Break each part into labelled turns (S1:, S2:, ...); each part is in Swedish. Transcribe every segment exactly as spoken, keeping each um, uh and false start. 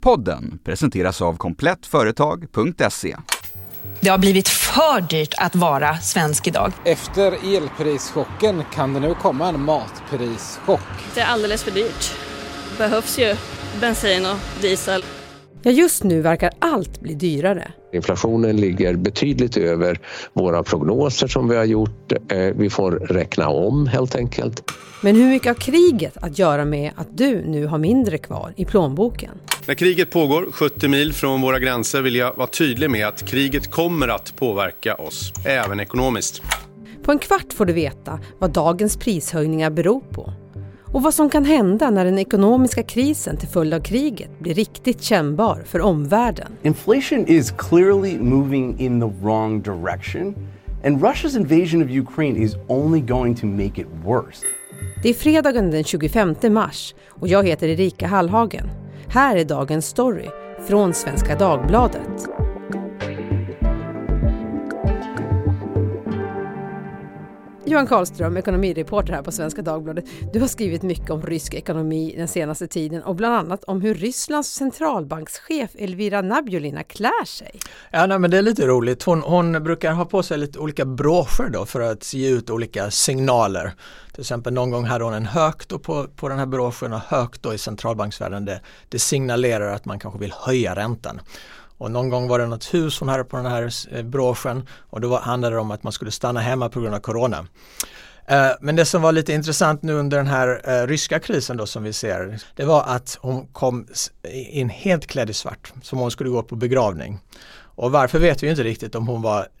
S1: Podden presenteras av komplett företag punkt se.
S2: Det har blivit för dyrt att vara svensk idag.
S3: Efter elprischocken kan det nu komma en matprischock.
S4: Det är alldeles för dyrt. Behövs ju bensin och diesel.
S5: Ja, just nu verkar allt bli dyrare.
S6: Inflationen ligger betydligt över våra prognoser som vi har gjort. Vi får räkna om helt enkelt.
S5: Men hur mycket av kriget att göra med att du nu har mindre kvar i plånboken?
S7: När kriget pågår sjuttio mil från våra gränser vill jag vara tydlig med att kriget kommer att påverka oss, även ekonomiskt.
S5: På en kvart får du veta vad dagens prishöjningar beror på. Och vad som kan hända när den ekonomiska krisen till följd av kriget blir riktigt kännbar för omvärlden.
S8: Inflation is clearly moving in the wrong direction, and Russia's invasion of Ukraine is only going to make it worse.
S5: Det är fredagen den tjugofemte mars och jag heter Erika Hallhagen. Här är dagens story från Svenska Dagbladet. Johan Karlström, ekonomireporter här på Svenska Dagbladet. Du har skrivit mycket om rysk ekonomi den senaste tiden och bland annat om hur Rysslands centralbankschef Elvira Nabiulina klär sig.
S9: Ja, nej, men det är lite roligt. Hon, hon brukar ha på sig lite olika broscher då för att ge ut olika signaler. Till exempel någon gång hade hon en högt då på, på den här broschern, och högt då i centralbanksvärlden det, det signalerar att man kanske vill höja räntan. Och någon gång var det något hus hon hade på den här broschern och då var, handlade det om att man skulle stanna hemma på grund av corona. Eh, men det som var lite intressant nu under den här eh, ryska krisen då som vi ser, det var att hon kom in helt klädd i svart som hon skulle gå på begravning. Och varför vet vi inte riktigt om hon var...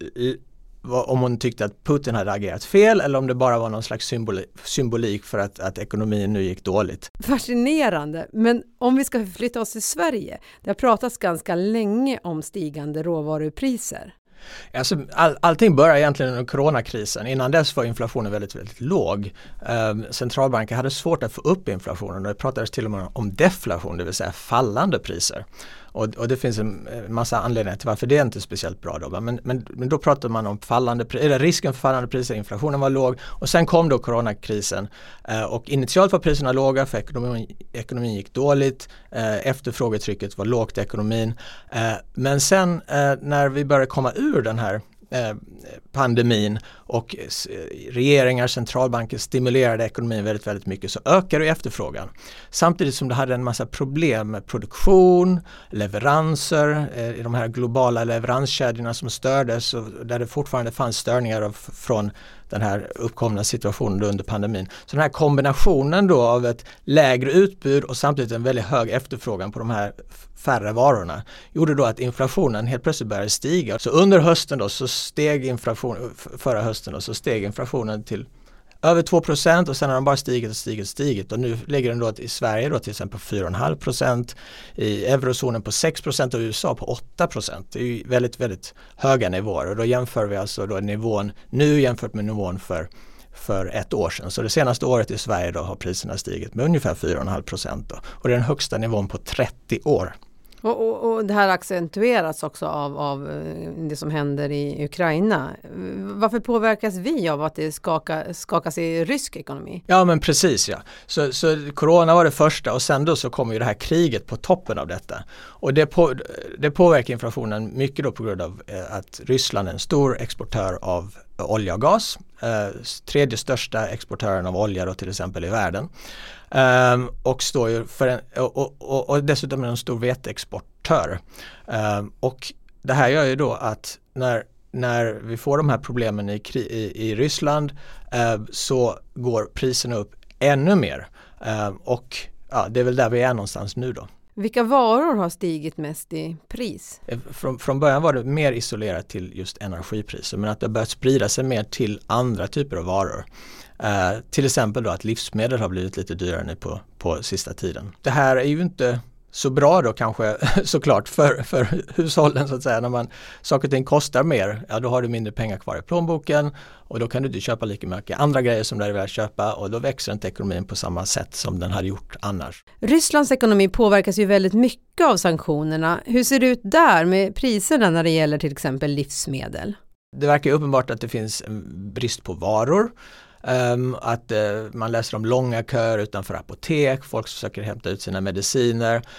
S9: om hon tyckte att Putin hade agerat fel eller om det bara var någon slags symboli- symbolik för att, att ekonomin nu gick dåligt.
S5: Fascinerande, men om vi ska flytta oss till Sverige, det har pratats ganska länge om stigande råvarupriser.
S9: Alltså, all, allting börjar egentligen under coronakrisen. Innan dess var inflationen väldigt, väldigt låg. Um, centralbanken hade svårt att få upp inflationen och det pratades till och med om deflation, det vill säga fallande priser. Och, och det finns en massa anledningar till varför det är inte speciellt bra då. Men, men, men då pratade man om fallande, eller risken för fallande priser, inflationen var låg och sen kom då coronakrisen eh, och initialt var priserna låga för ekonomin, ekonomin gick dåligt, eh, efterfrågetrycket var lågt i ekonomin. Eh, men sen eh, när vi började komma ur den här Eh, pandemin och eh, regeringar, centralbanker stimulerade ekonomin väldigt, väldigt mycket så ökade efterfrågan. Samtidigt som det hade en massa problem med produktion, leveranser, eh, i de här globala leveranskedjorna som stördes och där det fortfarande fanns störningar av, från den här uppkomna situationen under pandemin. Så den här kombinationen då av ett lägre utbud och samtidigt en väldigt hög efterfrågan på de här färre varorna gjorde då att inflationen helt plötsligt började stiga. Så under hösten då så steg inflationen, förra hösten då, så steg inflationen till över två procent och sen har den bara stigit och stigit och stigit och nu ligger den då i Sverige då till exempel på fyra komma fem procent, i eurozonen på sex procent och i U S A på åtta procent. Det är ju väldigt, väldigt höga nivåer och då jämför vi alltså då nivån nu jämfört med nivån för för ett år sedan. Så det senaste året i Sverige då har priserna stigit med ungefär fyra komma fem procent då. Och det är den högsta nivån på trettio år.
S5: Och, och, och det här accentueras också av, av det som händer i Ukraina. Varför påverkas vi av att det skaka, skakas i rysk ekonomi?
S9: Ja, men precis ja. Så, så corona var det första och sen då så kommer ju det här kriget på toppen av detta. Och det, på, det påverkar inflationen mycket då på grund av att Ryssland är en stor exportör av olja och gas. Eh, tredje största exportören av olja då till exempel i världen. Um, och står ju för en, och, och, och, och dessutom är en stor veteexportör. Um, och det här gör ju då att när, när vi får de här problemen i, i, i Ryssland uh, så går priserna upp ännu mer. Um, och ja, det är väl där vi är någonstans nu då.
S5: Vilka varor har stigit mest i pris?
S9: Från, från början var det mer isolerat till just energipriser men att det har börjat sprida sig mer till andra typer av varor. Uh, till exempel då att livsmedel har blivit lite dyrare nu på, på sista tiden. Det här är ju inte så bra då kanske såklart för, för hushållen så att säga. När man, saker och ting kostar mer, ja då har du mindre pengar kvar i plånboken och då kan du inte köpa lika mycket andra grejer som du vill köpa och då växer inte ekonomin på samma sätt som den hade gjort annars.
S5: Rysslands ekonomi påverkas ju väldigt mycket av sanktionerna. Hur ser det ut där med priserna när det gäller till exempel livsmedel?
S9: Det verkar uppenbart att det finns en brist på varor. Um, att uh, man läser om långa köer utanför apotek, folk försöker hämta ut sina mediciner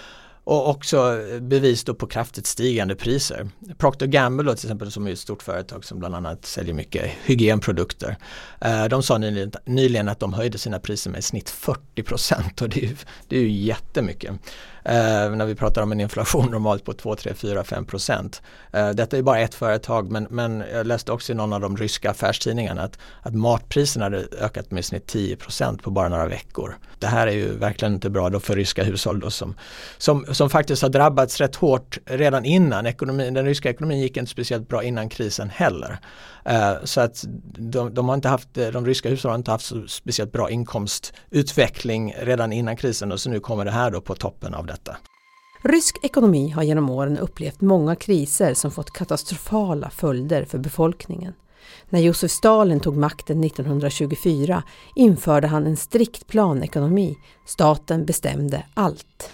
S9: Och också bevis då på kraftigt stigande priser. Procter and Gamble då, till exempel, som är ett stort företag som bland annat säljer mycket hygienprodukter. Eh, de sa nyligen, nyligen att de höjde sina priser med i snitt fyrtio procent och det är ju, det är ju jättemycket. Eh, när vi pratar om en inflation normalt på två, tre, fyra, fem procent. Eh, detta är bara ett företag, men, men jag läste också i någon av de ryska affärstidningarna att, att matpriserna hade ökat med i snitt tio procent på bara några veckor. Det här är ju verkligen inte bra då för ryska hushåll då som, som, som faktiskt har drabbats rätt hårt redan innan. Ekonomin, den ryska ekonomin gick inte speciellt bra innan krisen heller. Uh, så att de, de, har inte haft, de ryska hushållen har inte haft så speciellt bra inkomstutveckling redan innan krisen och så nu kommer det här då på toppen av detta.
S5: Rysk ekonomi har genom åren upplevt många kriser som fått katastrofala följder för befolkningen. När Josef Stalin tog makten nittonhundratjugofyra införde han en strikt planekonomi. Staten bestämde allt.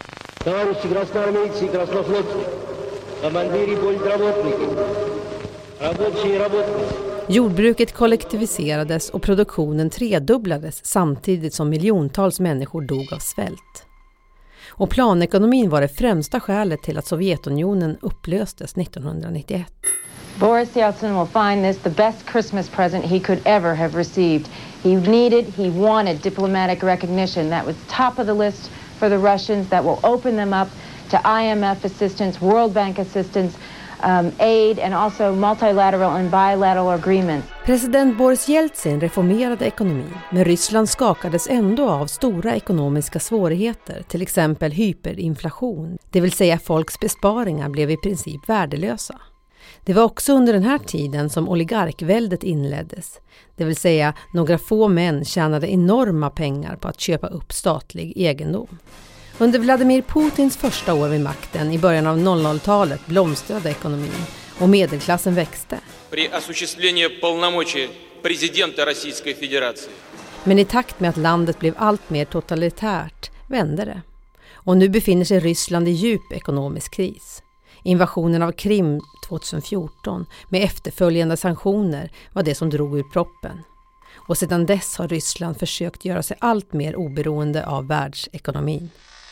S5: Jordbruket kollektiviserades och produktionen tredubblades samtidigt som miljontals människor dog av svält. Och planekonomin var det främsta skälet till att Sovjetunionen upplöstes nittonhundranittioett.
S10: Boris Yeltsin will find this the best Christmas present he could ever have received. He needed, he wanted diplomatic recognition. That was top of the list for the Russians. That will open them up to I M F assistance, World Bank assistance, um, aid and also multilateral and bilateral agreements.
S5: President Boris Yeltsin reformerade ekonomin, men Ryssland skakades ändå av stora ekonomiska svårigheter, till exempel hyperinflation. Det vill säga folks besparingar blev i princip värdelösa. Det var också under den här tiden som oligarkväldet inleddes, det vill säga några få män tjänade enorma pengar på att köpa upp statlig egendom. Under Vladimir Putins första år vid makten i början av noll noll-talet blomstrade ekonomin och medelklassen växte. Men i takt med att landet blev allt mer totalitärt vände det. Och nu befinner sig Ryssland i djup ekonomisk kris. Invasionen av Krim tjugohundrafjorton med efterföljande sanktioner var det som drog ur proppen. Och sedan dess har Ryssland försökt göra sig allt mer oberoende av världsekonomin.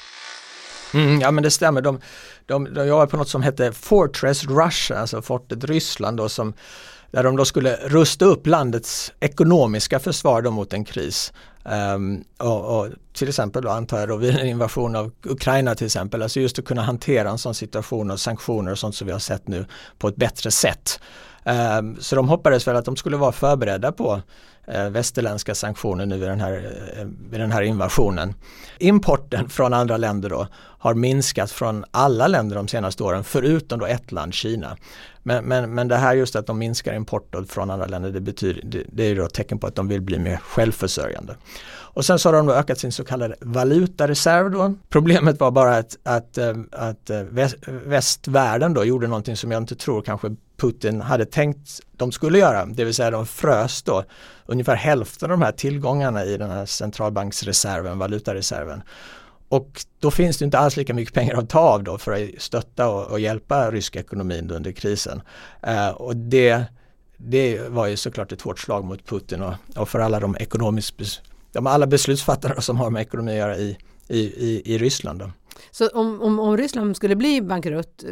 S9: Mm, ja men det stämmer, de, de, de jobbar på något som heter Fortress Russia, alltså fortet Ryssland då, som, där de då skulle rusta upp landets ekonomiska försvar då mot en kris. Um, och, och till exempel då antar jag då vid en invasion av Ukraina till exempel, alltså just att kunna hantera en sån situation och sanktioner och sånt som vi har sett nu på ett bättre sätt. Um, så de hoppades väl att de skulle vara förberedda på uh, västerländska sanktioner nu vid den, här, uh, vid den här invasionen. Importen från andra länder då har minskat från alla länder de senaste åren förutom då ett land, Kina. Men, men, men det här just att de minskar import från andra länder, det, betyder, det, det är då ett tecken på att de vill bli mer självförsörjande. Och sen så har de då ökat sin så kallade valutareserv då. Problemet var bara att, att, att väst, västvärlden då gjorde någonting som jag inte tror kanske Putin hade tänkt de skulle göra. Det vill säga de frös då ungefär hälften av de här tillgångarna i den här centralbanksreserven, valutareserven. Och då finns det inte alls lika mycket pengar att ta av då för att stötta och, och hjälpa ryska ekonomin under krisen. Uh, och det, det var ju såklart ett hårt slag mot Putin och, och för alla de ekonomiska, de alla beslutsfattare som har med ekonomi att göra i, i, i, i Ryssland då.
S5: Så om, om, om Ryssland skulle bli bankrutt,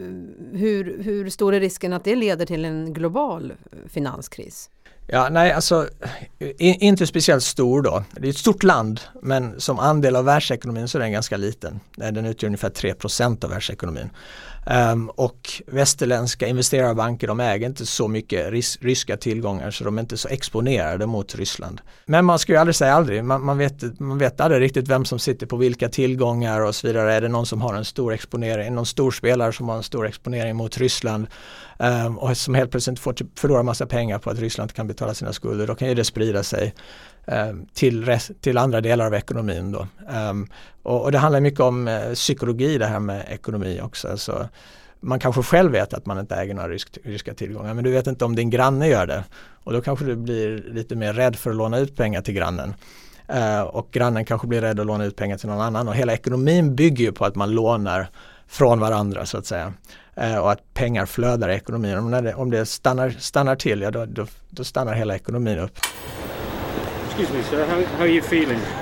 S5: hur, hur stor är risken att det leder till en global finanskris?
S9: Ja, nej, alltså inte speciellt stor då. Det är ett stort land, men som andel av världsekonomin så är den ganska liten. Den utgör ungefär tre procent av världsekonomin. Um, och västerländska investerarbanker, de äger inte så mycket ris- ryska tillgångar så de är inte så exponerade mot Ryssland. Men man ska ju aldrig säga aldrig. Man, man, vet, man vet aldrig riktigt vem som sitter på vilka tillgångar och så vidare. Är det någon som har en stor exponering, någon stor spelare som har en stor exponering mot Ryssland um, och som helt plötsligt får förlora massa pengar på att Ryssland kan betala sina skulder, då kan ju det sprida sig um, till, res- till andra delar av ekonomin då. Um, och, och det handlar mycket om uh, psykologi det här med ekonomi också. Alltså, man kanske själv vet att man inte äger några rysk, ryska tillgångar, men du vet inte om din granne gör det. Och då kanske du blir lite mer rädd för att låna ut pengar till grannen. Uh, och grannen kanske blir rädd att låna ut pengar till någon annan. Och hela ekonomin bygger ju på att man lånar från varandra så att säga. Uh, och att pengar flödar i ekonomin. Om, när det, om det stannar, stannar till, ja, då, då, då stannar hela ekonomin upp.
S11: Excuse me sir, how, how are you feeling?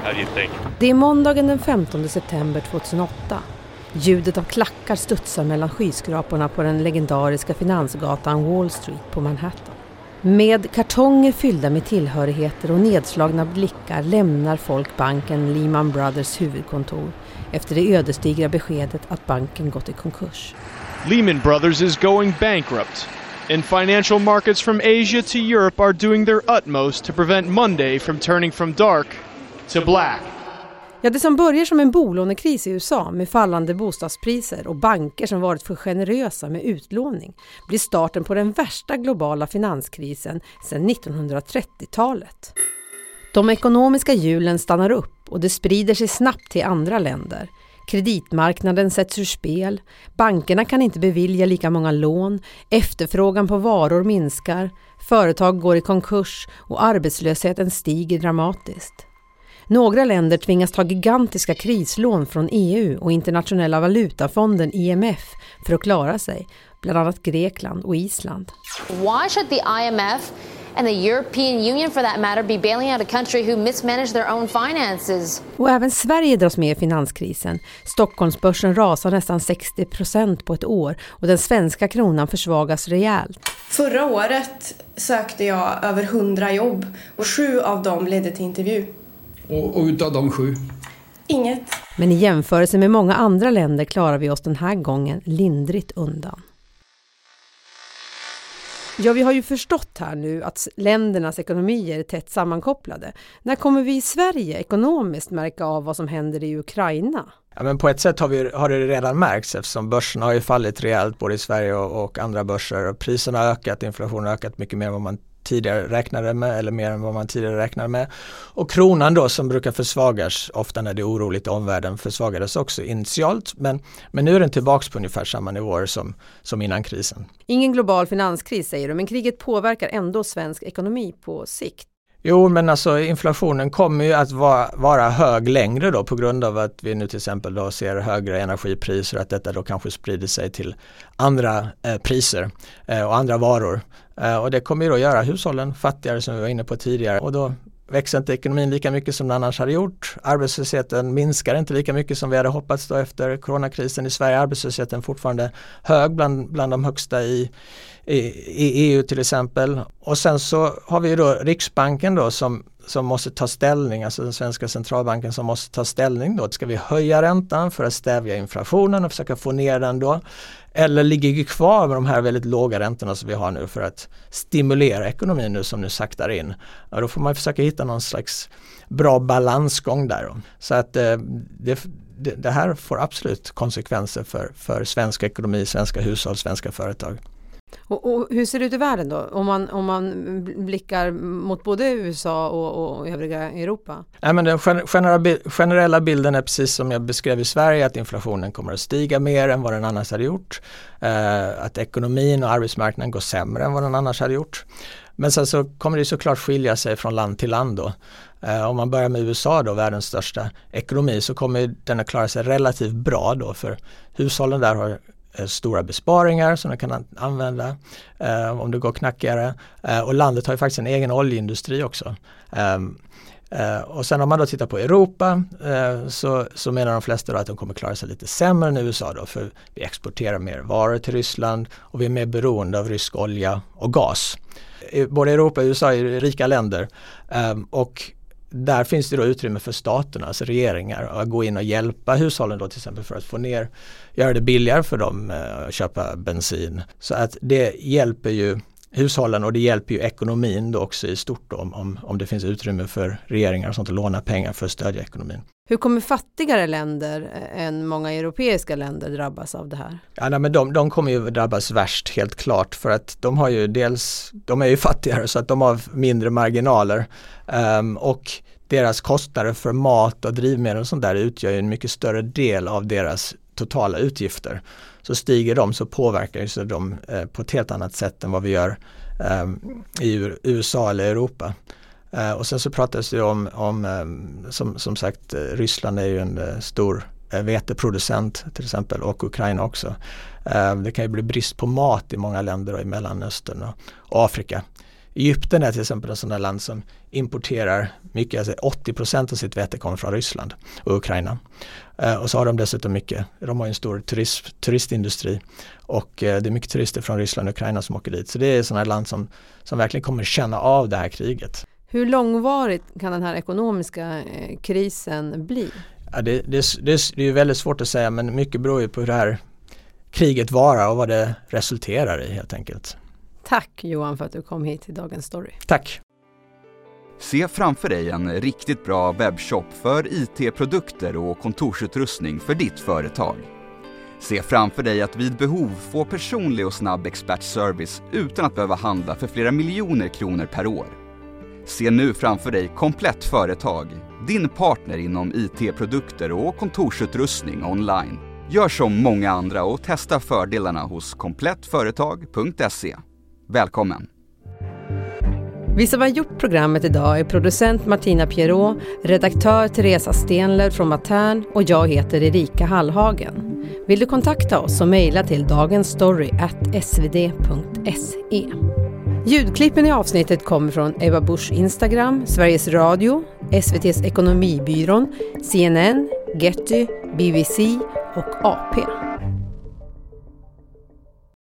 S11: How do you think?
S5: Det är måndagen den femtonde september tjugohundraåtta. Ljudet av klackar studsar mellan skyskraporna på den legendariska finansgatan Wall Street på Manhattan. Med kartonger fyllda med tillhörigheter och nedslagna blickar lämnar folk banken Lehman Brothers huvudkontor efter det ödesdigra beskedet att banken gått i konkurs.
S12: Lehman Brothers is going bankrupt, and financial markets from Asia to Europe are doing their utmost to prevent Monday from turning from dark to black.
S5: Ja, det som börjar som en bolånekris i U S A med fallande bostadspriser och banker som varit för generösa med utlåning blir starten på den värsta globala finanskrisen sedan nittonhundratrettiotalet. De ekonomiska hjulen stannar upp och det sprider sig snabbt till andra länder. Kreditmarknaden sätts ur spel, bankerna kan inte bevilja lika många lån, efterfrågan på varor minskar, företag går i konkurs och arbetslösheten stiger dramatiskt. Några länder tvingas ta gigantiska krislån från E U och Internationella valutafonden I M F för att klara sig, bland annat Grekland och Island.
S13: Why should the I M F and the European Union for that matter be bailing out a country who mismanaged their own finances?
S5: Och även Sverige dras med i finanskrisen. Stockholmsbörsen rasar nästan sextio procent på ett år och den svenska kronan försvagas rejält.
S14: Förra året sökte jag över hundra jobb och sju av dem ledde till intervju.
S15: Och, och utav de sju?
S14: Inget.
S5: Men i jämförelse med många andra länder klarar vi oss den här gången lindrigt undan. Ja, vi har ju förstått här nu att ländernas ekonomier är tätt sammankopplade. När kommer vi i Sverige ekonomiskt märka av vad som händer i Ukraina?
S9: Ja, men på ett sätt har, vi, har det redan märkts eftersom börsen har ju fallit rejält både i Sverige och, och andra börser. Och priserna har ökat, inflationen har ökat mycket mer än vad man tidigare räknade med eller mer än vad man tidigare räknade med. Och kronan då som brukar försvagas ofta när det är oroligt i omvärlden försvagades också initialt men, men nu är den tillbaka på ungefär samma nivåer som, som innan krisen.
S5: Ingen global finanskris säger du, men kriget påverkar ändå svensk ekonomi på sikt.
S9: Jo, men alltså inflationen kommer ju att vara, vara hög längre då på grund av att vi nu till exempel då ser högre energipriser och att detta då kanske sprider sig till andra eh, priser eh, och andra varor. Eh, och det kommer ju då göra hushållen fattigare som vi var inne på tidigare och då växer inte ekonomin lika mycket som den annars hade gjort. Arbetslösheten minskar inte lika mycket som vi hade hoppats då efter coronakrisen. I Sverige är arbetslösheten fortfarande hög bland, bland de högsta i, i, i E U till exempel. Och sen så har vi då Riksbanken då som, som måste ta ställning, alltså den svenska centralbanken som måste ta ställning då. Ska vi höja räntan för att stävja inflationen och försöka få ner den då? Eller ligger vi kvar med de här väldigt låga räntorna som vi har nu för att stimulera ekonomin nu som nu saktar in? Ja, då får man försöka hitta någon slags bra balansgång där. Då. Så att eh, det, det, det här får absolut konsekvenser för, för svensk ekonomi, svenska hushåll, svenska företag.
S5: Och, och hur ser det ut i världen då? Om man, om man blickar mot både U S A och, och övriga Europa?
S9: Nej, men den generella, generella bilden är precis som jag beskrev i Sverige att inflationen kommer att stiga mer än vad den annars hade gjort. Eh, att ekonomin och arbetsmarknaden går sämre än vad den annars hade gjort. Men sen så kommer det såklart skilja sig från land till land då. Eh, om man börjar med U S A då, världens största ekonomi, så kommer den att klara sig relativt bra då för hushållen där har stora besparingar som de kan använda eh, om det går knackigare. Eh, och landet har ju faktiskt en egen oljeindustri också. Eh, eh, och sen om man då tittar på Europa eh, så, så menar de flesta då att de kommer klara sig lite sämre än U S A då, för vi exporterar mer varor till Ryssland och vi är mer beroende av rysk olja och gas. Både Europa och U S A är rika länder eh, och där finns det då utrymme för staterna, alltså regeringar, att gå in och hjälpa hushållen då till exempel för att få ner, göra det billigare för dem att köpa bensin. Så att det hjälper ju hushållen och det hjälper ju ekonomin då också i stort då, om, om det finns utrymme för regeringar och sånt att låna pengar för att stödja ekonomin.
S5: Hur kommer fattigare länder än många europeiska länder drabbas av det här?
S9: Ja, nej, men de, de kommer ju drabbas värst helt klart för att de har ju dels, de är ju fattigare så att de har mindre marginaler um, och deras kostnader för mat och drivmedel och sånt där utgör ju en mycket större del av deras totala utgifter. Så stiger de så påverkar ju sig de eh, på ett helt annat sätt än vad vi gör eh, i U S A eller Europa. Eh, och sen så pratas det om, om eh, som, som sagt, Ryssland är ju en eh, stor eh, veteproducent till exempel och Ukraina också. Eh, det kan ju bli brist på mat i många länder och i Mellanöstern och, och Afrika. Egypten är till exempel en sån där land som importerar mycket, alltså åttio procent av sitt vete kommer från Ryssland och Ukraina. Eh, och så har de dessutom mycket, de har en stor turism, turistindustri och eh, det är mycket turister från Ryssland och Ukraina som åker dit. Så det är sådana land som, som verkligen kommer känna av det här kriget.
S5: Hur långvarigt kan den här ekonomiska eh, krisen bli? Ja,
S9: det, det, det, det är väldigt svårt att säga, men mycket beror ju på hur det här kriget varar och vad det resulterar i helt enkelt.
S5: Tack Johan för att du kom hit till Dagens Story.
S9: Tack.
S1: Se framför dig en riktigt bra webbshop för I T-produkter och kontorsutrustning för ditt företag. Se framför dig att vid behov få personlig och snabb expertservice utan att behöva handla för flera miljoner kronor per år. Se nu framför dig Komplett Företag, din partner inom I T-produkter och kontorsutrustning online. Gör som många andra och testa fördelarna hos komplett företag punkt se. Välkommen!
S5: Vi som har gjort programmet idag är producent Martina Pierrot, redaktör Teresa Stenler från Matern och jag heter Erika Hallhagen. Vill du kontakta oss så mejla till dagensstory at svd punkt se. Ljudklippen i avsnittet kommer från Eva Busch Instagram, Sveriges Radio, S V T:s Ekonomibyrån, C N N, Getty, B B C och A P.